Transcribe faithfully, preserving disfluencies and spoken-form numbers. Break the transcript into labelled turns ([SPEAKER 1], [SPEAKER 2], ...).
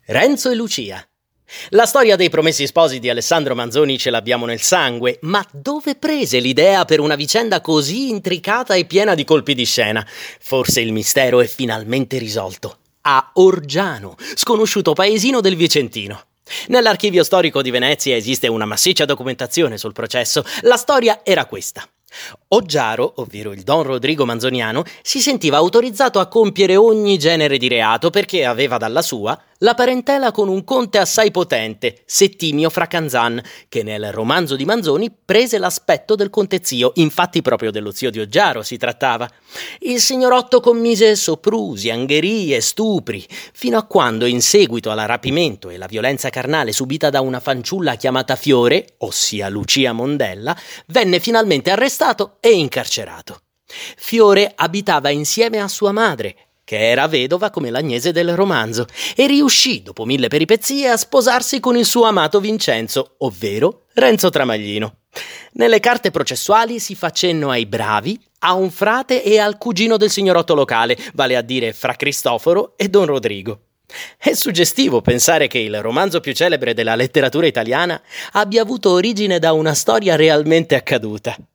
[SPEAKER 1] Renzo e Lucia. La storia dei Promessi Sposi di Alessandro Manzoni ce l'abbiamo nel sangue, ma dove prese l'idea per una vicenda così intricata e piena di colpi di scena? Forse il mistero è finalmente risolto. A Orgiano, sconosciuto paesino del Vicentino. Nell'archivio storico di Venezia esiste una massiccia documentazione sul processo. La storia era questa. Oggiaro, ovvero il Don Rodrigo Manzoniano, si sentiva autorizzato a compiere ogni genere di reato perché aveva dalla sua la parentela con un conte assai potente, Settimio Fracanzan, che nel romanzo di Manzoni prese l'aspetto del conte zio, infatti proprio dello zio di Oggiaro si trattava. Il signorotto commise soprusi, angherie, stupri, fino a quando, in seguito al rapimento e la violenza carnale subita da una fanciulla chiamata Fiore, ossia Lucia Mondella, venne finalmente arrestato e incarcerato. Fiore abitava insieme a sua madre, che era vedova come l'Agnese del romanzo, e riuscì, dopo mille peripezie, a sposarsi con il suo amato Vincenzo, ovvero Renzo Tramaglino. Nelle carte processuali si fa cenno ai bravi, a un frate e al cugino del signorotto locale, vale a dire Fra Cristoforo e Don Rodrigo. È suggestivo pensare che il romanzo più celebre della letteratura italiana abbia avuto origine da una storia realmente accaduta.